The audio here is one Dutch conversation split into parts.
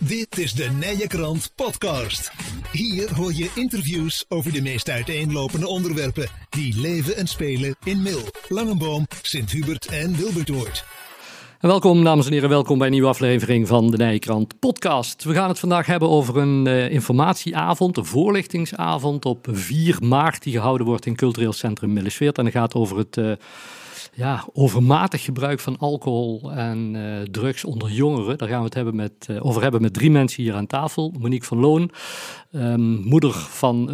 Dit is de Nije Krant podcast. Hier hoor je interviews over de meest uiteenlopende onderwerpen die leven en spelen in Mil, Langenboom, Sint-Hubert en Wilbertoord. En welkom, dames en heren, welkom bij een nieuwe aflevering van de Nije Krant podcast. We gaan het vandaag hebben over een informatieavond, een voorlichtingsavond op 4 maart die gehouden wordt in Cultureel Centrum Millesweert. En het gaat over het overmatig gebruik van alcohol en drugs onder jongeren. Daar gaan we het over hebben met 3 mensen hier aan tafel. Monique van Loon, moeder van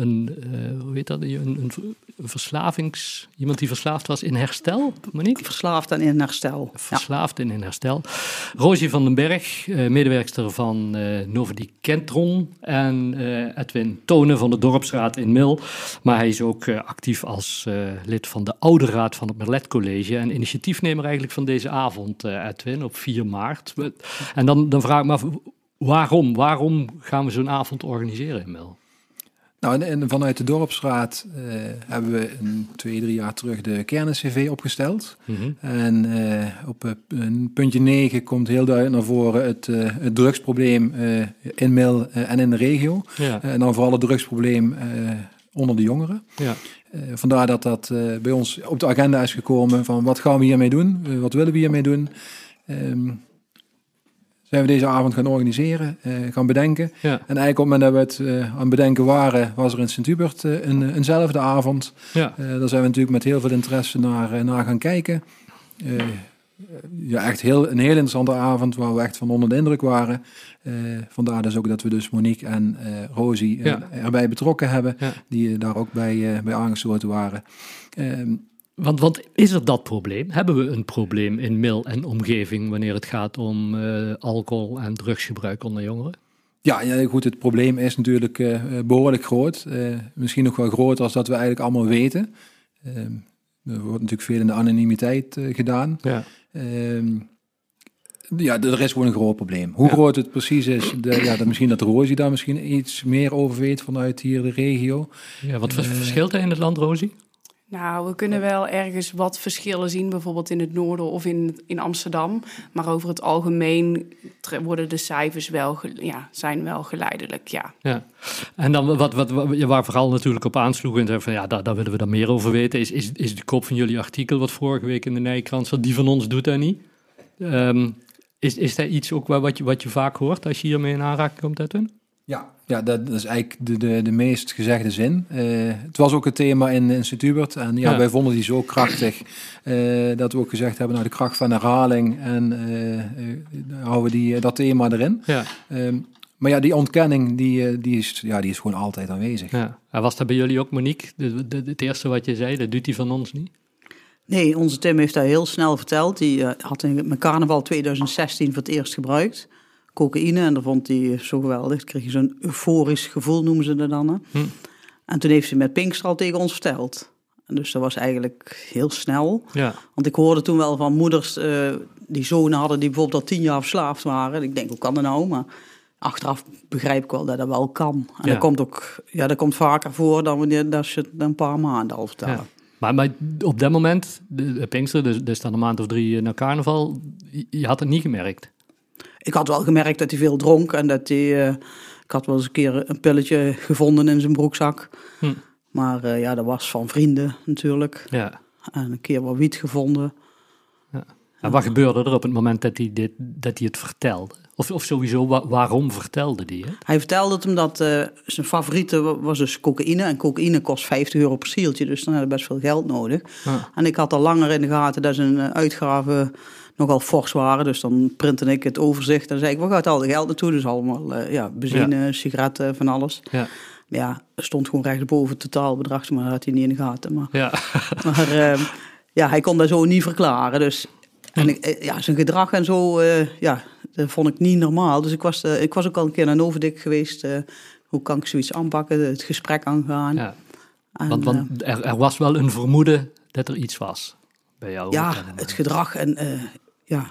iemand die verslaafd was in herstel, Monique? Verslaafd en in herstel. Verslaafd en in herstel. Rosie van den Berg, medewerkster van Novedi Kentron. En Edwin Tonen van de Dorpsraad in Mil. Maar hij is ook actief als lid van de Ouderraad van het Merlet College. En initiatiefnemer eigenlijk van deze avond, Edwin, op 4 maart. En dan vraag ik me af, waarom gaan we zo'n avond organiseren in Mil? Nou, en vanuit de Dorpsraad hebben we 2-3 jaar terug de kern-CV opgesteld. Mm-hmm. En op puntje 9 komt heel duidelijk naar voren het drugsprobleem in Mil en in de regio. Ja. En dan vooral het drugsprobleem onder de jongeren. Ja. Vandaar dat bij ons op de agenda is gekomen van wat gaan we hiermee doen? Wat willen we hiermee doen? Zijn we deze avond gaan organiseren, gaan bedenken. Ja. En eigenlijk op het moment dat we het aan het bedenken waren, was er in Sint-Hubert eenzelfde avond. Ja. Daar zijn we natuurlijk met heel veel interesse naar gaan kijken. Echt een heel interessante avond waar we echt van onder de indruk waren. Vandaar dus ook dat we dus Monique en Rosie erbij betrokken hebben, die daar ook bij aangesloten waren. Want is er dat probleem? Hebben we een probleem in Mil en omgeving wanneer het gaat om alcohol- en drugsgebruik onder jongeren? Ja, goed, het probleem is natuurlijk behoorlijk groot. Misschien nog wel groter als dat we eigenlijk allemaal weten. Er wordt natuurlijk veel in de anonimiteit gedaan. Ja. Er is gewoon een groot probleem. Hoe groot het precies is, misschien dat Rosie daar misschien iets meer over weet vanuit hier de regio. Ja, wat verschilt er in het land, Rosie? Nou, we kunnen wel ergens wat verschillen zien, bijvoorbeeld in het noorden of in Amsterdam. Maar over het algemeen worden de cijfers zijn wel geleidelijk, ja. En dan wat je waar vooral natuurlijk op aansloeg en zei van daar willen we dan meer over weten, is de kop van jullie artikel wat vorige week in de Nije Krant zat, die van ons doet dat niet. Is daar iets ook wat je vaak hoort als je hiermee in aanraking komt, Edwin? Ja, dat is eigenlijk de meest gezegde zin. Het was ook het thema in Sint-Hubert. En wij vonden die zo krachtig dat we ook gezegd hebben, de kracht van herhaling. En houden we dat thema erin. Ja. Maar die ontkenning, die is gewoon altijd aanwezig. Ja. En was dat bij jullie ook, Monique? Het eerste wat je zei, dat doet hij van ons niet? Nee, onze Tim heeft dat heel snel verteld. Die had in carnaval 2016 voor het eerst gebruikt. Cocaïne, en dat vond hij zo geweldig. Dan kreeg je zo'n euforisch gevoel, noemen ze dat dan. En toen heeft hij met Pinkster al tegen ons verteld. En dus dat was eigenlijk heel snel. Ja. Want ik hoorde toen wel van moeders die zonen hadden die bijvoorbeeld al 10 jaar verslaafd waren. Ik denk, hoe kan dat nou? Maar achteraf begrijp ik wel dat dat wel kan. En dat komt vaker voor dan wanneer dat ze het een paar maanden al vertellen. Ja. Maar op dat moment, de Pinkster, dus dan een maand of 3 na carnaval, je had het niet gemerkt? Ik had wel gemerkt dat hij veel dronk en dat hij... ik had wel eens een keer een pilletje gevonden in zijn broekzak. Maar dat was van vrienden natuurlijk. Ja. En een keer wat wiet gevonden. Ja. En wat gebeurde er op het moment dat hij het vertelde? Of sowieso, waarom vertelde hij het? Hij vertelde het omdat zijn favoriete was dus cocaïne. En cocaïne kost €50 per zieltje, dus dan had hij best veel geld nodig. Ja. En ik had al langer in de gaten dat zijn uitgaven nogal fors waren. Dus dan printte ik het overzicht en zei ik, waar gaat al het geld naartoe? Dus allemaal benzine, sigaretten, van alles. Ja. Ja, er stond gewoon recht boven het totaalbedrag, maar dat had hij niet in de gaten. Maar hij kon dat zo niet verklaren. Dus, en zijn gedrag en zo, dat vond ik niet normaal. Dus ik was ook al een keer naar Novedik geweest. Hoe kan ik zoiets aanpakken? Het gesprek aangaan. Ja. Want er was wel een vermoeden dat er iets was bij jou. Ja, het gedrag en ja.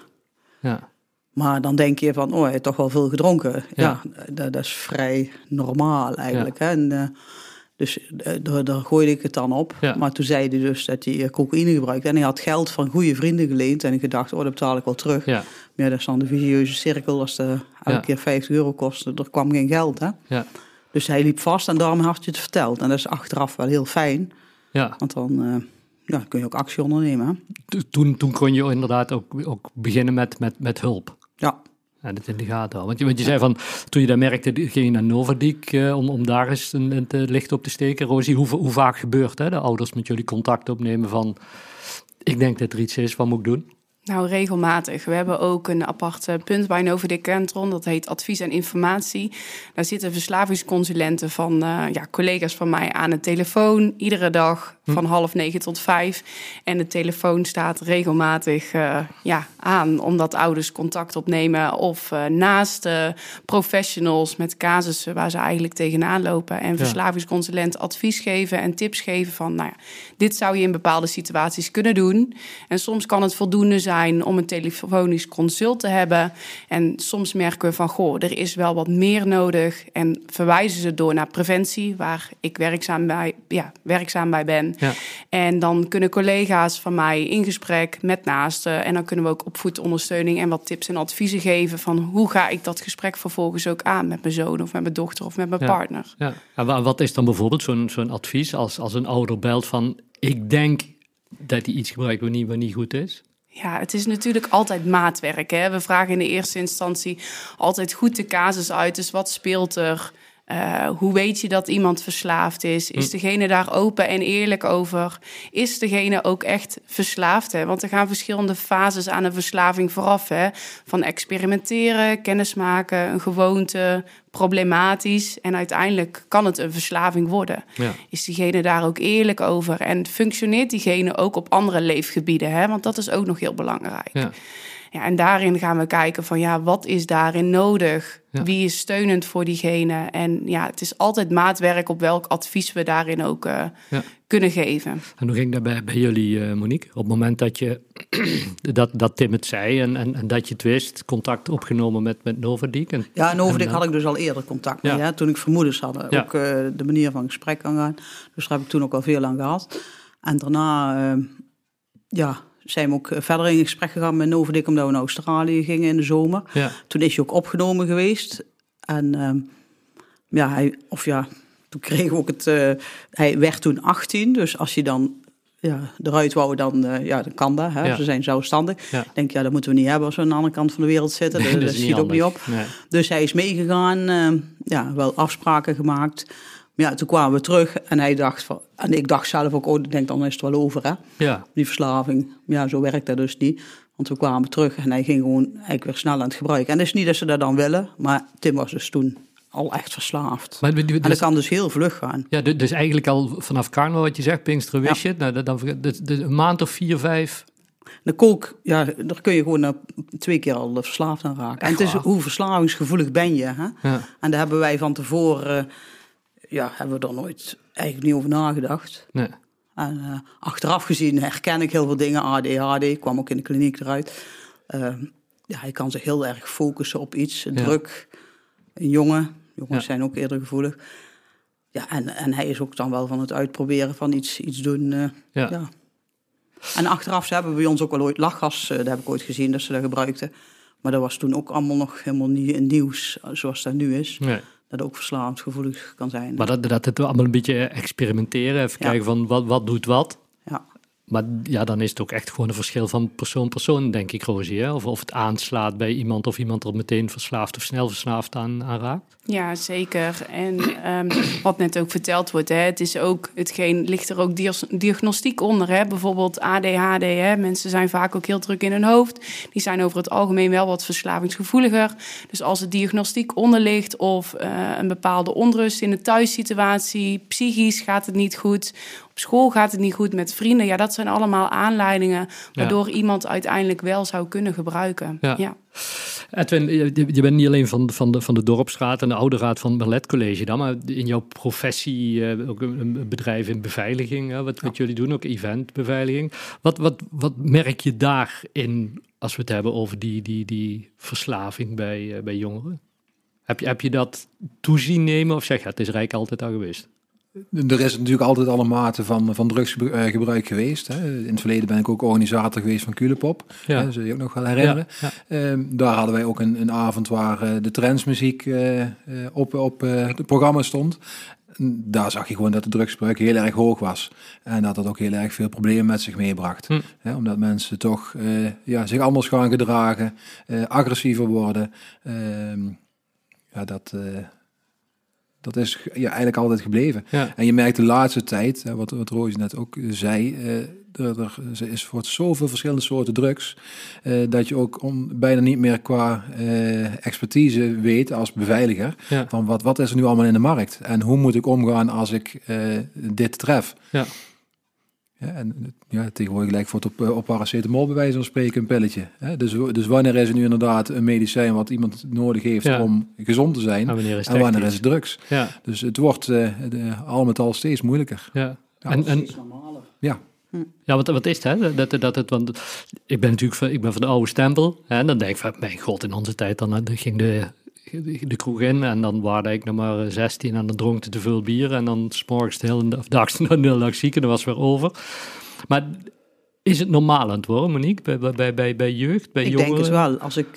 Maar dan denk je van, hij heeft toch wel veel gedronken. Ja, dat is vrij normaal eigenlijk. Ja. Hè? En, Dus daar gooide ik het dan op. Ja. Maar toen zei hij dus dat hij cocaïne gebruikte. En hij had geld van goede vrienden geleend. En ik dacht, dat betaal ik wel terug. Ja. Maar dat is dan de vicieuze cirkel. Als het elke keer €50 kostte, er kwam geen geld. Hè? Ja. Dus hij liep vast en daarom had je het verteld. En dat is achteraf wel heel fijn. Ja. Want dan kun je ook actie ondernemen. Hè? Toen kon je inderdaad ook beginnen met hulp. Ja. En het in de gaten houden. Want je zei van, toen je dat merkte, ging je naar Noorderdyk om daar eens een licht op te steken. Rosie, hoe vaak gebeurt de ouders met jullie contact opnemen van, ik denk dat er iets is, wat moet ik doen? Nou, regelmatig. We hebben ook een apart punt bij Noorderdyk Kentron. Dat heet advies en informatie. Daar zitten verslavingsconsulenten van collega's van mij aan de telefoon. Iedere dag van 8:30 tot 5. En de telefoon staat regelmatig aan. Omdat ouders contact opnemen. Of naast professionals met casussen waar ze eigenlijk tegenaan lopen. En verslavingsconsulenten advies geven en tips geven van, dit zou je in bepaalde situaties kunnen doen. En soms kan het voldoende zijn om een telefonisch consult te hebben. En soms merken we van, er is wel wat meer nodig. En verwijzen ze door naar preventie, waar ik werkzaam bij ben. Ja. En dan kunnen collega's van mij in gesprek met naasten. En dan kunnen we ook opvoedondersteuning en wat tips en adviezen geven van hoe ga ik dat gesprek vervolgens ook aan met mijn zoon of met mijn dochter of met mijn partner. Ja. En wat is dan bijvoorbeeld zo'n advies als een ouder belt van, ik denk dat hij iets gebruikt wat niet goed is? Ja, het is natuurlijk altijd maatwerk. Hè? We vragen in de eerste instantie altijd goed de casus uit. Dus wat speelt er? Hoe weet je dat iemand verslaafd is? Is degene daar open en eerlijk over? Is degene ook echt verslaafd? Hè? Want er gaan verschillende fases aan een verslaving vooraf. Hè? Van experimenteren, kennismaken, een gewoonte, problematisch. En uiteindelijk kan het een verslaving worden. Ja. Is diegene daar ook eerlijk over? En functioneert diegene ook op andere leefgebieden? Hè? Want dat is ook nog heel belangrijk. Ja. Ja, en daarin gaan we kijken van, wat is daarin nodig? Ja. Wie is steunend voor diegene? En het is altijd maatwerk op welk advies we daarin ook kunnen geven. En hoe ging dat bij jullie, Monique? Op het moment dat je dat Tim het zei en dat je het wist, contact opgenomen met Noorderdyk? Noorderdyk had ik dus al eerder contact mee, hè, toen ik vermoedens had. Ook de manier van gesprek aangaan. Dus daar heb ik toen ook al veel aan gehad. En daarna, zijn we ook verder in gesprek gegaan met Noorderdyk, omdat we naar Australië gingen in de zomer. Ja. Toen is hij ook opgenomen geweest. En toen kregen we ook hij werd toen 18, dus als hij dan eruit wou, dan kan dat. Hè? Ja. Ze zijn zelfstandig. Ja. Ik denk, dat moeten we niet hebben als we aan de andere kant van de wereld zitten. Nee, dat schiet ook niet op. Nee. Dus hij is meegegaan, wel afspraken gemaakt. Ja, toen kwamen we terug en hij dacht van, en ik dacht zelf ook, ik denk dan is het wel over, hè? Ja. Die verslaving. Ja, zo werkt dat dus niet. Want we kwamen terug en hij ging gewoon eigenlijk weer snel aan het gebruiken. En het is niet dat ze dat dan willen, maar Tim was dus toen al echt verslaafd. Maar en dat kan dus heel vlug gaan. Ja, dus eigenlijk al vanaf carnaval wat je zegt, Pinksteren wist je. Nou, dan een maand of 4, 5... De kook, daar kun je gewoon 2 keer al verslaafd aan raken. En het is hoe verslavingsgevoelig ben je, hè? Ja. En daar hebben wij van tevoren... hebben we er nooit eigenlijk niet over nagedacht. Nee. En achteraf gezien herken ik heel veel dingen. ADHD, kwam ook in de kliniek eruit. Hij kan zich heel erg focussen op iets. Druk, een jongens zijn ook eerder gevoelig. Ja, en hij is ook dan wel van het uitproberen van iets doen. Ja. En achteraf hebben we bij ons ook wel ooit lachgas, dat heb ik ooit gezien dat ze dat gebruikten. Maar dat was toen ook allemaal nog helemaal niet in nieuws zoals dat nu is. Nee. Dat ook verslavingsgevoelig kan zijn. Maar dat het allemaal een beetje experimenteren. Even kijken van wat doet wat. Ja. Maar dan is het ook echt gewoon een verschil van persoon, denk ik, Rosie. Hè? Of het aanslaat bij iemand of iemand er meteen verslaafd of snel verslaafd aan raakt. Ja, zeker. En wat net ook verteld wordt, het is ook ligt er ook diagnostiek onder. Hè? Bijvoorbeeld ADHD. Hè? Mensen zijn vaak ook heel druk in hun hoofd. Die zijn over het algemeen wel wat verslavingsgevoeliger. Dus als er diagnostiek onder ligt of een bepaalde onrust in de thuissituatie, psychisch gaat het niet goed, op school gaat het niet goed met vrienden. Dat zijn allemaal aanleidingen waardoor iemand uiteindelijk wel zou kunnen gebruiken. Ja. Edwin, je bent niet alleen van de dorpsraad en de ouderraad van het Merlet College dan, maar in jouw professie ook een bedrijf in beveiliging, wat jullie doen, ook eventbeveiliging. Wat merk je daarin als we het hebben over die verslaving bij jongeren? Heb je dat toezien nemen of zeg je, het is Rijk altijd al geweest? Er is natuurlijk altijd alle maten van drugsgebruik geweest. Hè. In het verleden ben ik ook organisator geweest van Culepop. Ja. Zul je je ook nog wel herinneren. Ja. Daar hadden wij ook een avond waar de trendsmuziek op het programma stond. Daar zag je gewoon dat de drugsgebruik heel erg hoog was. En dat ook heel erg veel problemen met zich meebracht. Hè, omdat mensen toch zich anders gaan gedragen. Agressiever worden. Dat is eigenlijk altijd gebleven. Ja. En je merkt de laatste tijd, wat Roosje net ook zei, er is voor zoveel verschillende soorten drugs, dat je ook bijna niet meer qua expertise weet als beveiliger, van wat is er nu allemaal in de markt? En hoe moet ik omgaan als ik dit tref? Ja. Tegenwoordig lijkt voor op paracetamol bij wijze van spreken een pilletje. Hè? Dus wanneer is er nu inderdaad een medicijn wat iemand nodig heeft om gezond te zijn? En wanneer is het drugs? Ja. Dus het wordt al met al steeds moeilijker. Ja. Ja, wat is het? Want ik ben van de oude stempel. Hè? Dan denk ik van, mijn god, in onze tijd dan ging de kroeg in en dan waren ik nog maar 16 en dan dronk te veel bier en dan 's morgens de hele dag ziek en dan was het weer over. Maar is het normaal aan het worden, Monique, bij jeugd, bij jongeren? Ik denk het wel.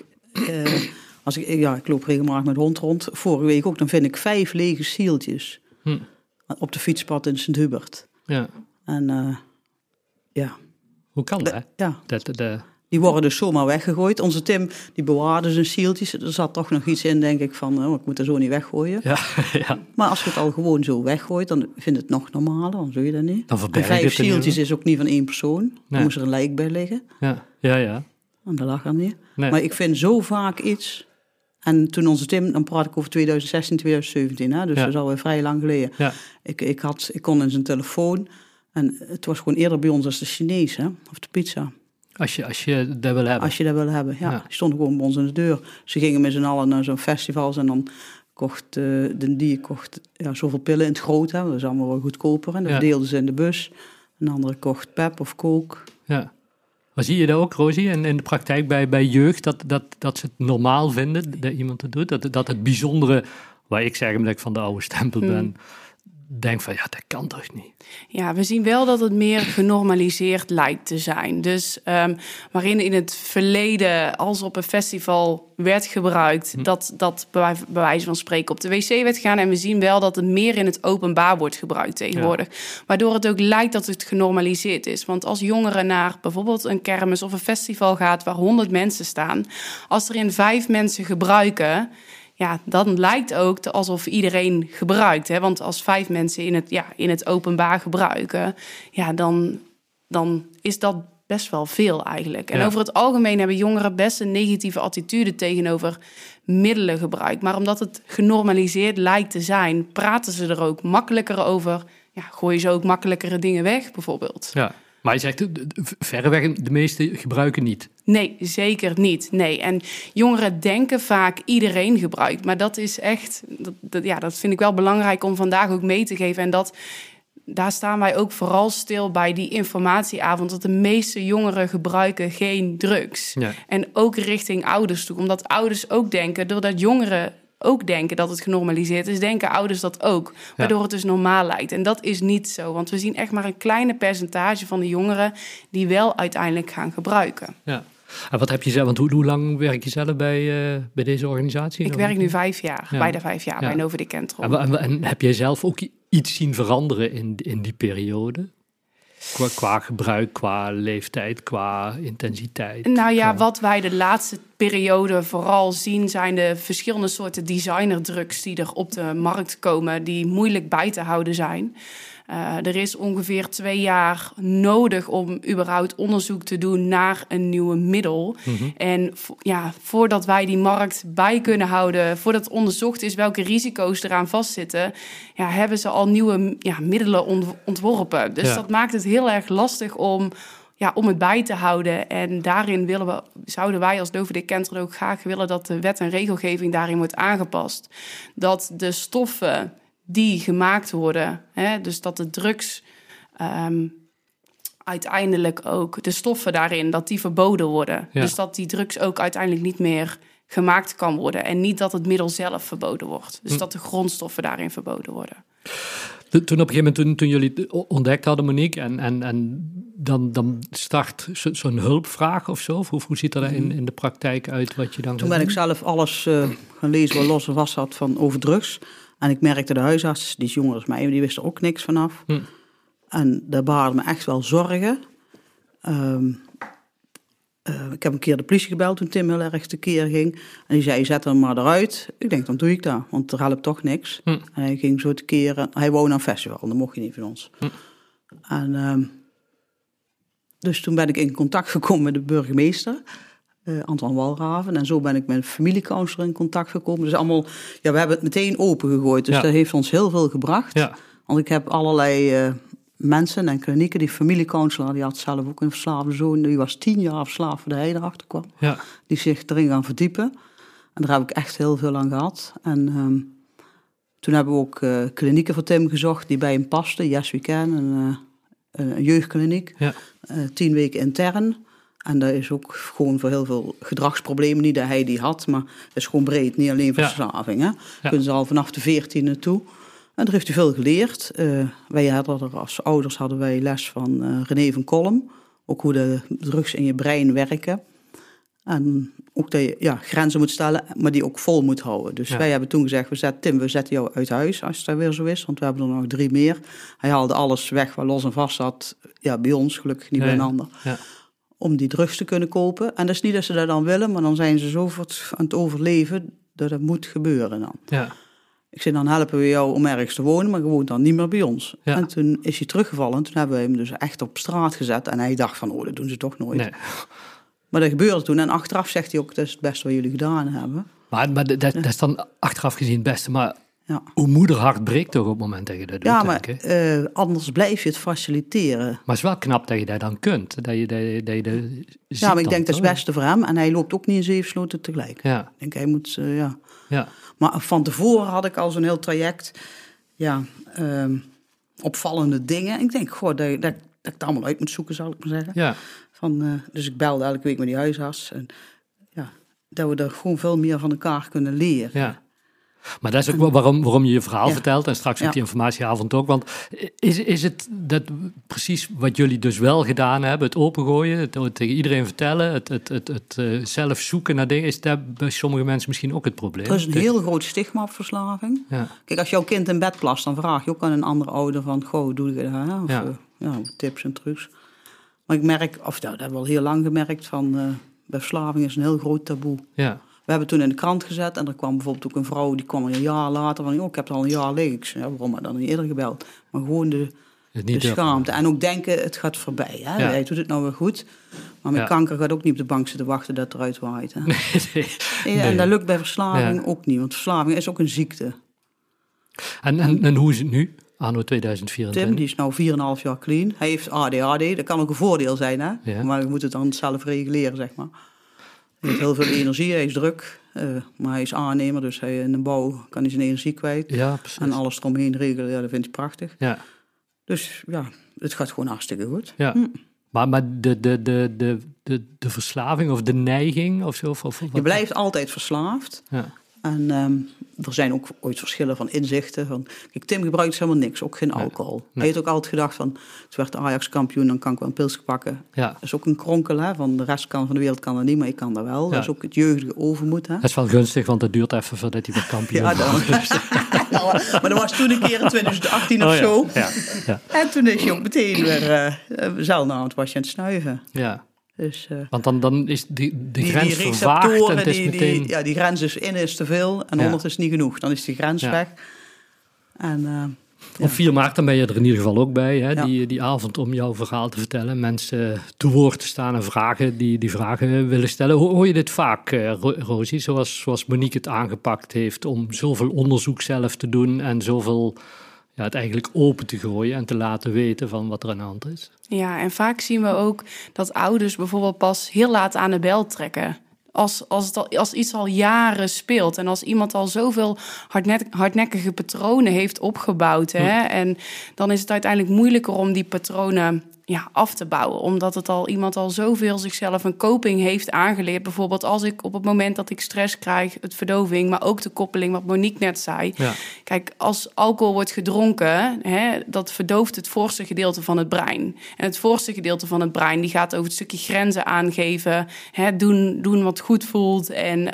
Als ik loop regelmatig met de hond rond, vorige week ook, dan vind ik 5 lege sieltjes op de fietspad in Sint-Hubert. Ja. En hoe kan dat? Die worden dus zomaar weggegooid. Onze Tim, die bewaarde zijn sieltjes. Er zat toch nog iets in, denk ik, van ik moet er zo niet weggooien. Ja. Maar als je het al gewoon zo weggooit, dan vind je het nog normaler. Dan doe je dat niet. Dan en 5 sieltjes is ook niet van 1 persoon. Nee. Dan moest er een lijk bij liggen. Ja. En dat lag er niet. Nee. Maar ik vind zo vaak iets. En toen onze Tim, dan praat ik over 2016, 2017. Hè? Dus dat is alweer vrij lang geleden. Ja. Ik kon in zijn telefoon. En het was gewoon eerder bij ons als de Chinees, hè? Of de pizza. Als je dat wil hebben. Als je dat wil hebben, ja. Die stonden gewoon bij ons in de deur. Ze gingen met z'n allen naar zo'n festivals en dan kocht zoveel pillen in het groot. Hè. Dat is allemaal wel goedkoper. En dan verdeelden ze in de bus. Een andere kocht pep of coke. Ja. Maar zie je dat ook, Rosie, in de praktijk bij jeugd, dat ze het normaal vinden dat iemand het doet? Dat het bijzondere, waar ik zeg dat ik van de oude stempel ben, denk van, dat kan toch niet? Ja, we zien wel dat het meer genormaliseerd lijkt te zijn. Dus waarin in het verleden, als op een festival werd gebruikt, dat bij wijze van spreken op de wc werd gaan. En we zien wel dat het meer in het openbaar wordt gebruikt tegenwoordig. Ja. Waardoor het ook lijkt dat het genormaliseerd is. Want als jongeren naar bijvoorbeeld een kermis of een festival gaat waar 100 mensen staan, als er in 5 mensen gebruiken, dan lijkt ook alsof iedereen gebruikt. Hè? Want als 5 mensen in het openbaar gebruiken, dan is dat best wel veel eigenlijk. En over het algemeen hebben jongeren best een negatieve attitude tegenover middelengebruik. Maar omdat het genormaliseerd lijkt te zijn, praten ze er ook makkelijker over. Ja, gooien ze ook makkelijkere dingen weg, bijvoorbeeld. Ja. Maar je zegt, verreweg de meeste gebruiken niet. Nee, zeker niet. Nee. En jongeren denken vaak iedereen gebruikt. Maar dat is echt, dat vind ik wel belangrijk om vandaag ook mee te geven. En daar staan wij ook vooral stil bij die informatieavond, dat de meeste jongeren gebruiken geen drugs. Ja. En ook richting ouders toe. Omdat ouders ook denken, doordat jongeren ook denken dat het genormaliseerd is, denken ouders dat ook. Waardoor het dus normaal lijkt. En dat is niet zo. Want we zien echt maar een kleine percentage van de jongeren die wel uiteindelijk gaan gebruiken. Ja. En wat heb je zelf? Want hoe lang werk je zelf bij deze organisatie? Ik werk nu 5 jaar, bijna 5 jaar bij Novo Kentron. En heb jij zelf ook iets zien veranderen in die periode? Qua gebruik, qua leeftijd, qua intensiteit? Nou ja, wat wij de laatste periode vooral zien, zijn de verschillende soorten designerdrugs die er op de markt komen, die moeilijk bij te houden zijn. Er is ongeveer 2 jaar nodig om überhaupt onderzoek te doen naar een nieuwe middel. Mm-hmm. En voordat wij die markt bij kunnen houden, voordat het onderzocht is welke risico's eraan vastzitten, hebben ze al nieuwe middelen ontworpen. Dus dat maakt het heel erg lastig om het bij te houden. En daarin zouden wij als Novo Kentron ook graag willen dat de wet en regelgeving daarin wordt aangepast. Dat de stoffen die gemaakt worden, dus dat de drugs uiteindelijk ook, de stoffen daarin, dat die verboden worden. Ja. Dus dat die drugs ook uiteindelijk niet meer gemaakt kan worden. En niet dat het middel zelf verboden wordt. Dus dat de grondstoffen daarin verboden worden. Toen op een gegeven moment, toen jullie ontdekt hadden, Monique, en dan start zo'n hulpvraag of zo? Of hoe ziet dat er in de praktijk uit wat je dan Toen ben ik zelf alles gaan lezen wat los en vast had over drugs. En ik merkte de huisarts, die is jonger dan mij, die wist er ook niks vanaf. En daar baarde me echt wel zorgen. Ik heb een keer de politie gebeld toen Tim heel erg tekeer ging. En die zei, zet hem maar eruit. Ik denk, dan doe ik dat, want er helpt toch niks. En hij ging zo tekeer. Hij woonde aan een festival, dan mocht je niet van ons. En dus toen ben ik in contact gekomen met de burgemeester, Antoine Walraven. En zo ben ik met een familiecounselor in contact gekomen. Dus allemaal, we hebben het meteen opengegooid. Dus dat heeft ons heel veel gebracht. Ja. Want ik heb allerlei mensen en klinieken. Die familiecounselor, die had zelf ook een verslaafde zoon. Die was 10 jaar verslaafd voordat hij erachter kwam. Ja. Die zich erin gaan verdiepen. En daar heb ik echt heel veel aan gehad. En toen hebben we ook klinieken voor Tim gezocht die bij hem pasten. Yes We Can, een jeugdkliniek. Ja. 10 weken intern. En dat is ook gewoon voor heel veel gedragsproblemen. Niet dat hij die had, maar het is gewoon breed. Niet alleen verslaving. Hè? Kunnen ze al vanaf de 14e toe. En daar heeft hij veel geleerd. Wij hadden er als ouders les van René van Kolm. Ook hoe de drugs in je brein werken. En ook dat je grenzen moet stellen, maar die ook vol moet houden. Dus wij hebben toen gezegd, Tim, we zetten jou uit huis als dat weer zo is. Want we hebben er nog 3 meer. Hij haalde alles weg wat los en vast zat. Ja, bij ons, gelukkig niet bij een ander. Ja. Om die drugs te kunnen kopen. En dat is niet dat ze dat dan willen, maar dan zijn ze zo aan het overleven dat het moet gebeuren dan. Ja. Ik zei, dan helpen we jou om ergens te wonen, maar je woont dan niet meer bij ons. Ja. En toen is hij teruggevallen en toen hebben we hem dus echt op straat gezet. En hij dacht van, dat doen ze toch nooit. Nee. Maar dat gebeurde toen. En achteraf zegt hij ook, dat is het beste wat jullie gedaan hebben. Maar dat is dan achteraf gezien het beste. Maar hoe moederhart breekt toch op het moment dat je dat doet? Ja, maar anders blijf je het faciliteren. Maar het is wel knap dat je dat dan kunt. Dat je ziet. Ja, maar ik denk dat is het beste voor hem. En hij loopt ook niet in 7 sloten tegelijk. Ja. Ik denk, hij moet, ja. Maar van tevoren had ik al zo'n heel traject. Opvallende dingen. Ik denk, dat ik het allemaal uit moet zoeken, zal ik maar zeggen. Ja. Dus ik belde elke week met die huisarts. En dat we er gewoon veel meer van elkaar kunnen leren. Ja. Maar dat is ook waarom je je verhaal vertelt. En straks ook die informatieavond ook. Want is het dat precies wat jullie dus wel gedaan hebben? Het opengooien, het tegen iedereen vertellen. Het zelf zoeken naar dingen. Is dat bij sommige mensen misschien ook het probleem? Er is een heel groot stigma op verslaving. Ja. Kijk, als jouw kind in bed plast, dan vraag je ook aan een andere ouder van, goh, doe je dat? Of tips en trucs. Maar ik merk, dat hebben we al heel lang gemerkt, van bij verslaving is een heel groot taboe. Ja. We hebben toen in de krant gezet en er kwam bijvoorbeeld ook een vrouw, die kwam een jaar later van, ik heb er al een jaar liggen. Ik zei, waarom had dan niet eerder gebeld? Maar gewoon de schaamte. En ook denken, het gaat voorbij. Hè? Hij doet het nou weer goed. Maar met kanker gaat ook niet op de bank zitten wachten dat het eruit waait. Hè? Nee. En dat lukt bij verslaving ook niet, want verslaving is ook een ziekte. En hoe is het nu? Anno 2024. Tim, die is nou 4,5 jaar clean. Hij heeft ADHD, dat kan ook een voordeel zijn, hè? Ja. Maar je moet het dan zelf reguleren, zeg maar. Hij heeft heel veel energie, hij is druk, maar hij is aannemer, dus in de bouw kan hij zijn energie kwijt. Ja, precies. En alles eromheen regelen, dat vindt hij prachtig. Ja. Dus het gaat gewoon hartstikke goed. Ja. Maar de verslaving of de neiging of zo? Je blijft altijd verslaafd. Ja. En er zijn ook ooit verschillen van inzichten. Kijk, Tim gebruikt helemaal niks, ook geen alcohol. Nee. Hij heeft ook altijd gedacht van, het werd Ajax kampioen, dan kan ik wel een pilsje pakken. Ja. Dat is ook een kronkel, hè, van de rest van de wereld kan dat niet, maar ik kan dat wel. Ja. Dat is ook het jeugdige overmoed. Hè. Dat is wel gunstig, want het duurt even voordat hij weer kampioen wordt. Maar dat was toen een keer in 2018 of zo. Ja. Ja. En toen is hij ook meteen weer zelfnaam, was je aan het snuiven. Ja. Dus, want dan is de grens vervaagd en het is meteen... die grens is in is te veel en 100 is niet genoeg. Dan is die grens weg. En, op 4 maart dan ben je er in ieder geval ook bij, hè? Die avond om jouw verhaal te vertellen. Mensen te woord te staan en vragen die vragen willen stellen. Hoor je dit vaak, Rosie, zoals Monique het aangepakt heeft... om zoveel onderzoek zelf te doen en zoveel... het eigenlijk open te gooien en te laten weten van wat er aan de hand is. Ja, en vaak zien we ook dat ouders bijvoorbeeld pas heel laat aan de bel trekken. Als iets al jaren speelt en als iemand al zoveel hardnekkige patronen heeft opgebouwd. Hè, en dan is het uiteindelijk moeilijker om die patronen af te bouwen. Omdat iemand al zoveel zichzelf een coping heeft aangeleerd. Bijvoorbeeld als ik op het moment dat ik stress krijg, het verdoving, maar ook de koppeling wat Monique net zei. Ja. Kijk, als alcohol wordt gedronken, dat verdooft het voorste gedeelte van het brein. En het voorste gedeelte van het brein die gaat over het stukje grenzen aangeven, doen wat goed voelt en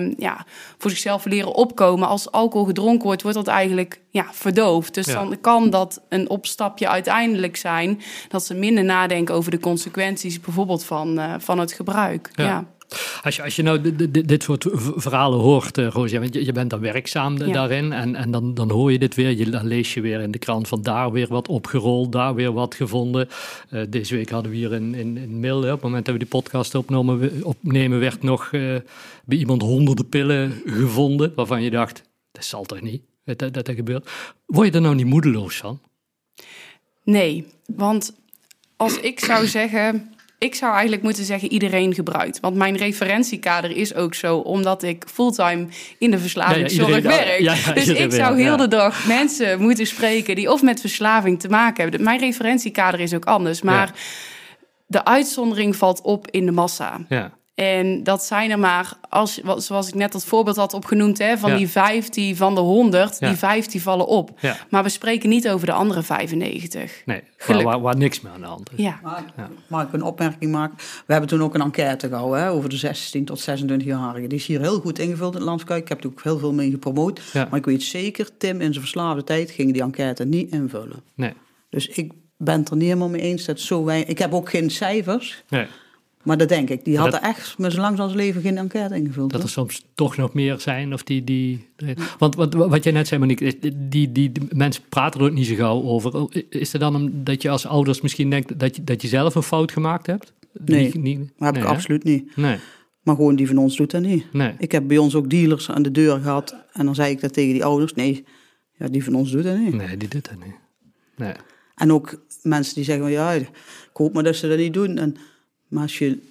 voor zichzelf leren opkomen. Als alcohol gedronken wordt dat eigenlijk verdoofd. Dus dan kan dat een opstapje uiteindelijk zijn dat ze minder nadenken over de consequenties bijvoorbeeld van het gebruik. Ja. Als je nou dit soort verhalen hoort, Roosje, want je bent dan werkzaam daarin en dan hoor je dit weer, dan lees je weer in de krant van daar weer wat opgerold, daar weer wat gevonden. Deze week hadden we hier in Mil, op het moment dat we die podcast opnemen, werd nog bij iemand honderden pillen gevonden, waarvan je dacht, dat zal toch niet, dat gebeurt. Word je er nou niet moedeloos van? Nee, want als ik zou zeggen, ik zou eigenlijk moeten zeggen iedereen gebruikt. Want mijn referentiekader is ook zo, omdat ik fulltime in de verslavingszorg werk. Dus ik zou heel de dag mensen moeten spreken die of met verslaving te maken hebben. Mijn referentiekader is ook anders, maar de uitzondering valt op in de massa. Ja. En dat zijn er maar, zoals ik net dat voorbeeld had opgenoemd, van die 5 van de 100, die 5 die vallen op. Ja. Maar we spreken niet over de andere 95. Nee, waar niks meer aan de hand is. Ja. Mag ik een opmerking maken? We hebben toen ook een enquête gehouden over de 16 tot 26-jarigen. Die is hier heel goed ingevuld in het Landskijk. Ik heb er ook heel veel mee gepromoot. Ja. Maar ik weet zeker, Tim in zijn verslaafde tijd ging die enquête niet invullen. Nee. Dus ik ben het er niet helemaal mee eens dat zo weinig. Ik heb ook geen cijfers. Nee. Maar dat denk ik. Die hadden echt met zo lang als leven geen enquête ingevuld. Dat er soms toch nog meer zijn. Of Want wat jij net zei, Monique, die mensen praten er ook niet zo gauw over. Is er dan dat je als ouders misschien denkt dat je zelf een fout gemaakt hebt? Nee, heb ik absoluut niet. Nee. Maar gewoon die van ons doet dat niet. Nee. Ik heb bij ons ook dealers aan de deur gehad. En dan zei ik dat tegen die ouders. Nee, die van ons doet dat niet. Nee, die doet dat niet. Nee. En ook mensen die zeggen, ik hoop maar dat ze dat niet doen. Maar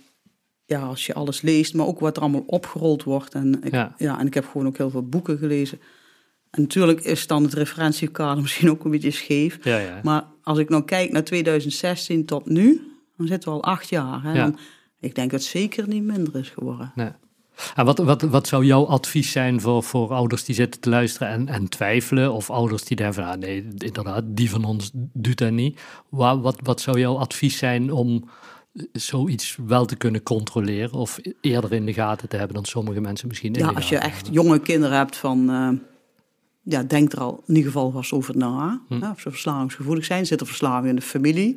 als je alles leest, maar ook wat er allemaal opgerold wordt. En ik heb gewoon ook heel veel boeken gelezen. En natuurlijk is dan het referentiekader misschien ook een beetje scheef. Ja, ja. Maar als ik nou kijk naar 2016 tot nu, dan zitten we al 8 jaar. Hè? Ja. Ik denk dat het zeker niet minder is geworden. Nee. En wat zou jouw advies zijn voor ouders die zitten te luisteren en twijfelen? Of ouders die denken van, nee, inderdaad, die van ons doet dat niet. Wat zou jouw advies zijn om zoiets wel te kunnen controleren of eerder in de gaten te hebben dan sommige mensen misschien in de gaten als je echt jonge kinderen hebt van, denk er al in ieder geval vast over na. Of ze verslavingsgevoelig zijn, zit er verslaving in de familie?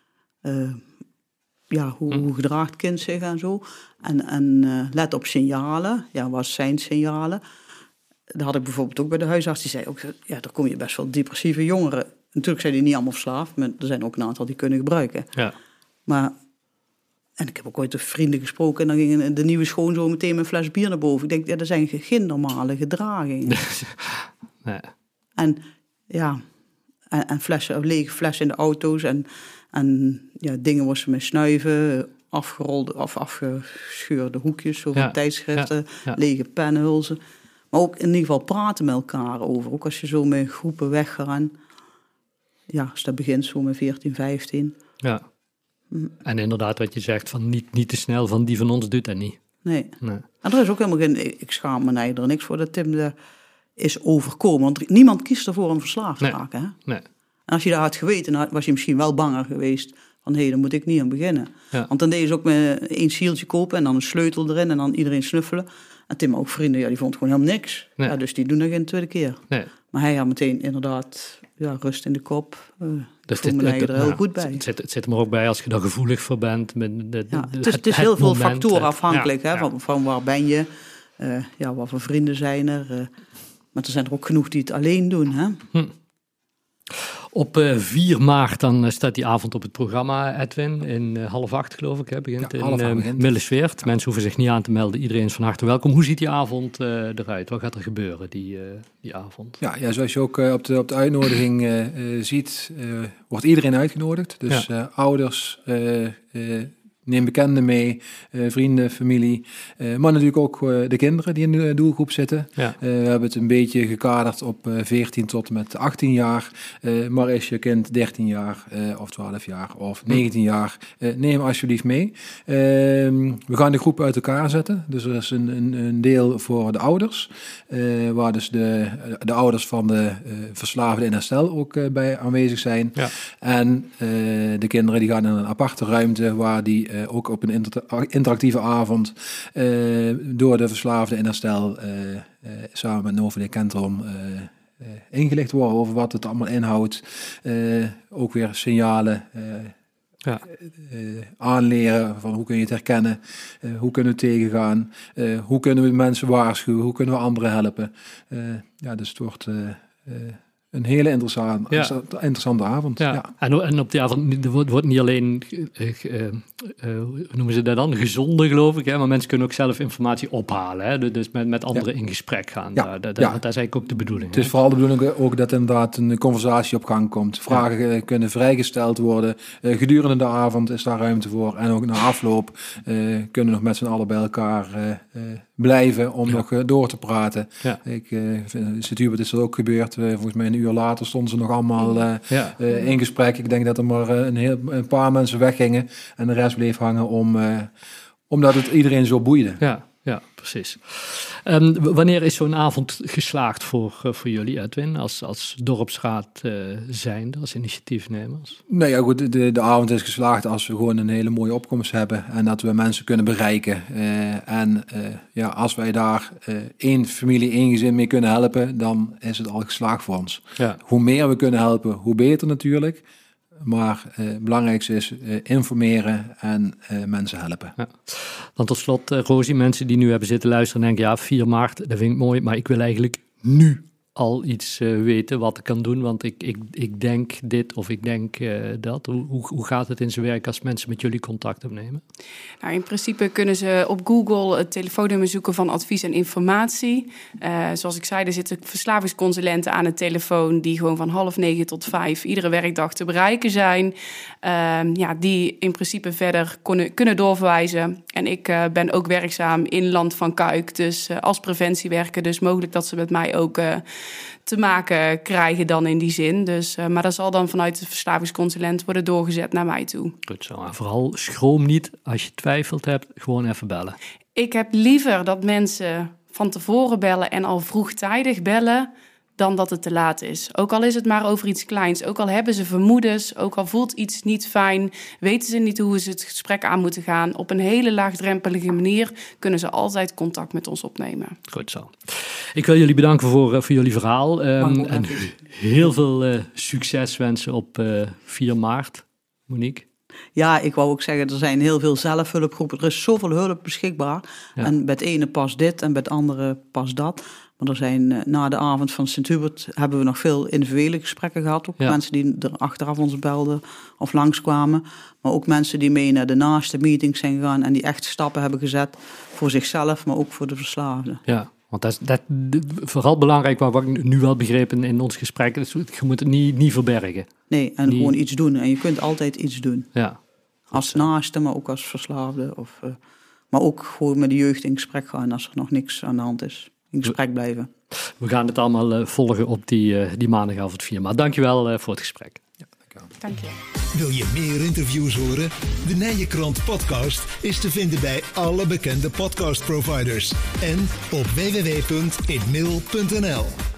Hoe gedraagt het kind zich en zo? En let op signalen. Ja, wat zijn signalen? Dat had ik bijvoorbeeld ook bij de huisarts. Die zei ook, daar kom je best wel depressieve jongeren. Natuurlijk zijn die niet allemaal verslaafd, maar er zijn ook een aantal die kunnen gebruiken. Ja. Maar, en ik heb ook ooit met vrienden gesproken en dan ging de nieuwe schoonzoon meteen met een fles bier naar boven. Ik denk, dat zijn geen normale gedragingen. Nee. En flessen, lege flessen in de auto's en dingen waar ze mee snuiven, afgerolde of afgescheurde hoekjes, zoveel tijdschriften, lege pennenhulzen. Maar ook in ieder geval praten met elkaar over. Ook als je zo met groepen weggaat. Ja, als dat begint zo met 14, 15. Ja. En inderdaad wat je zegt, van niet te snel, van die van ons doet dat niet. Nee. En er is ook helemaal geen, ik schaam me er niks voor dat Tim er is overkomen. Want niemand kiest ervoor om verslaafd te raken. Hè? Nee. En als je dat had geweten, was je misschien wel banger geweest van, daar moet ik niet aan beginnen. Ja. Want dan deed je ook met 1 zieltje kopen en dan een sleutel erin en dan iedereen snuffelen. En Tim ook vrienden, die vond gewoon helemaal niks. Nee. Ja, dus die doen dat geen tweede keer. Nee. Maar hij had meteen inderdaad rust in de kop. Dus voel me er heel goed bij. Het zit er maar ook bij als je daar gevoelig voor bent. Het is heel veel factoren afhankelijk. Van waar ben je? Wat voor vrienden zijn er? Maar er zijn er ook genoeg die het alleen doen. Hè? Op 4 maart dan staat die avond op het programma, Edwin. In 7:30 geloof ik, begint in Millesweert. Mensen hoeven zich niet aan te melden. Iedereen is van harte welkom. Hoe ziet die avond eruit? Wat gaat er gebeuren die avond? Ja, zoals je ook op de uitnodiging ziet, wordt iedereen uitgenodigd. Dus ouders Neem bekenden mee, vrienden, familie. Maar natuurlijk ook de kinderen die in de doelgroep zitten. Ja. We hebben het een beetje gekaderd op 14 tot en met 18 jaar. Maar is je kind 13 jaar of 12 jaar of 19 jaar, neem alsjeblieft mee. We gaan de groep uit elkaar zetten. Dus er is een deel voor de ouders. Waar dus de ouders van de verslaafde in herstel ook bij aanwezig zijn. Ja. En de kinderen die gaan in een aparte ruimte waar die ook op een interactieve avond door de verslaafde in herstel samen met Novadek Kentrom ingelicht worden over wat het allemaal inhoudt. Ook weer signalen aanleren van hoe kun je het herkennen, hoe kunnen we tegengaan, hoe kunnen we mensen waarschuwen, hoe kunnen we anderen helpen. Dus het wordt een hele interessante avond. Ja. Ja. En op die avond wordt niet alleen, hoe noemen ze dat dan, gezonde geloof ik, hè? Maar mensen kunnen ook zelf informatie ophalen. Hè? Dus met anderen in gesprek gaan. Ja. Dat is eigenlijk ook de bedoeling. Het is vooral de bedoeling ook dat inderdaad een conversatie op gang komt. Vragen kunnen vrijgesteld worden. Gedurende de avond is daar ruimte voor. En ook na afloop kunnen we nog met z'n allen bij elkaar blijven om nog door te praten. Ja. Sint-Hubert is dat ook gebeurd. Volgens mij een uur later stonden ze nog allemaal in gesprek. Ik denk dat er maar een paar mensen weggingen en de rest bleef hangen omdat het iedereen zo boeide. Ja, precies. Wanneer is zo'n avond geslaagd voor jullie, Edwin, als dorpsraad zijnde, als initiatiefnemers? Nou ja, goed, de avond is geslaagd als we gewoon een hele mooie opkomst hebben en dat we mensen kunnen bereiken. Als wij daar één familie, één gezin mee kunnen helpen, dan is het al geslaagd voor ons. Ja. Hoe meer we kunnen helpen, hoe beter natuurlijk. Maar het belangrijkste is informeren en mensen helpen. Ja. Dan tot slot, Rosie, mensen die nu hebben zitten luisteren en denken, 4 maart, dat vind ik mooi, maar ik wil eigenlijk nu al iets weten wat ik kan doen, want ik denk dit of ik denk dat. Hoe gaat het in zijn werk als mensen met jullie contact opnemen? Nou, in principe kunnen ze op Google het telefoonnummer zoeken van advies en informatie. Zoals ik zei, er zitten verslavingsconsulenten aan de telefoon die gewoon van 8:30 tot 5 iedere werkdag te bereiken zijn. Die in principe verder kunnen doorverwijzen. En ik ben ook werkzaam in Land van Kuik, dus als preventiewerker. Dus mogelijk dat ze met mij ook te maken krijgen dan in die zin. Dus, maar dat zal dan vanuit de verslavingsconsulent worden doorgezet naar mij toe. Goed zo. En vooral schroom niet als je twijfelt hebt, gewoon even bellen. Ik heb liever dat mensen van tevoren bellen en al vroegtijdig bellen dan dat het te laat is. Ook al is het maar over iets kleins. Ook al hebben ze vermoedens, ook al voelt iets niet fijn, weten ze niet hoe ze het gesprek aan moeten gaan. Op een hele laagdrempelige manier kunnen ze altijd contact met ons opnemen. Goed zo. Ik wil jullie bedanken voor jullie verhaal. En heel veel succes wensen op 4 maart. Monique? Ja, ik wou ook zeggen, er zijn heel veel zelfhulpgroepen. Er is zoveel hulp beschikbaar. Ja. En bij het ene past dit en bij het andere past dat. Maar er zijn na de avond van Sint-Hubert hebben we nog veel individuele gesprekken gehad. Ook mensen die er achteraf ons belden of langskwamen. Maar ook mensen die mee naar de naaste meetings zijn gegaan en die echt stappen hebben gezet voor zichzelf, maar ook voor de verslaafden. Ja. Want dat is vooral belangrijk, wat ik nu wel begrepen in ons gesprek, is, je moet het niet verbergen. Nee, en gewoon iets doen. En je kunt altijd iets doen. Ja. Als naaste, maar ook als verslaafde. Maar ook gewoon met de jeugd in gesprek gaan als er nog niks aan de hand is. In gesprek blijven. We gaan het allemaal volgen op die maandagavond 4 maart. Dankjewel voor het gesprek. Ja, dankjewel. Wil je meer interviews horen? De Nijenkrant podcast is te vinden bij alle bekende podcastproviders en op www.inmail.nl.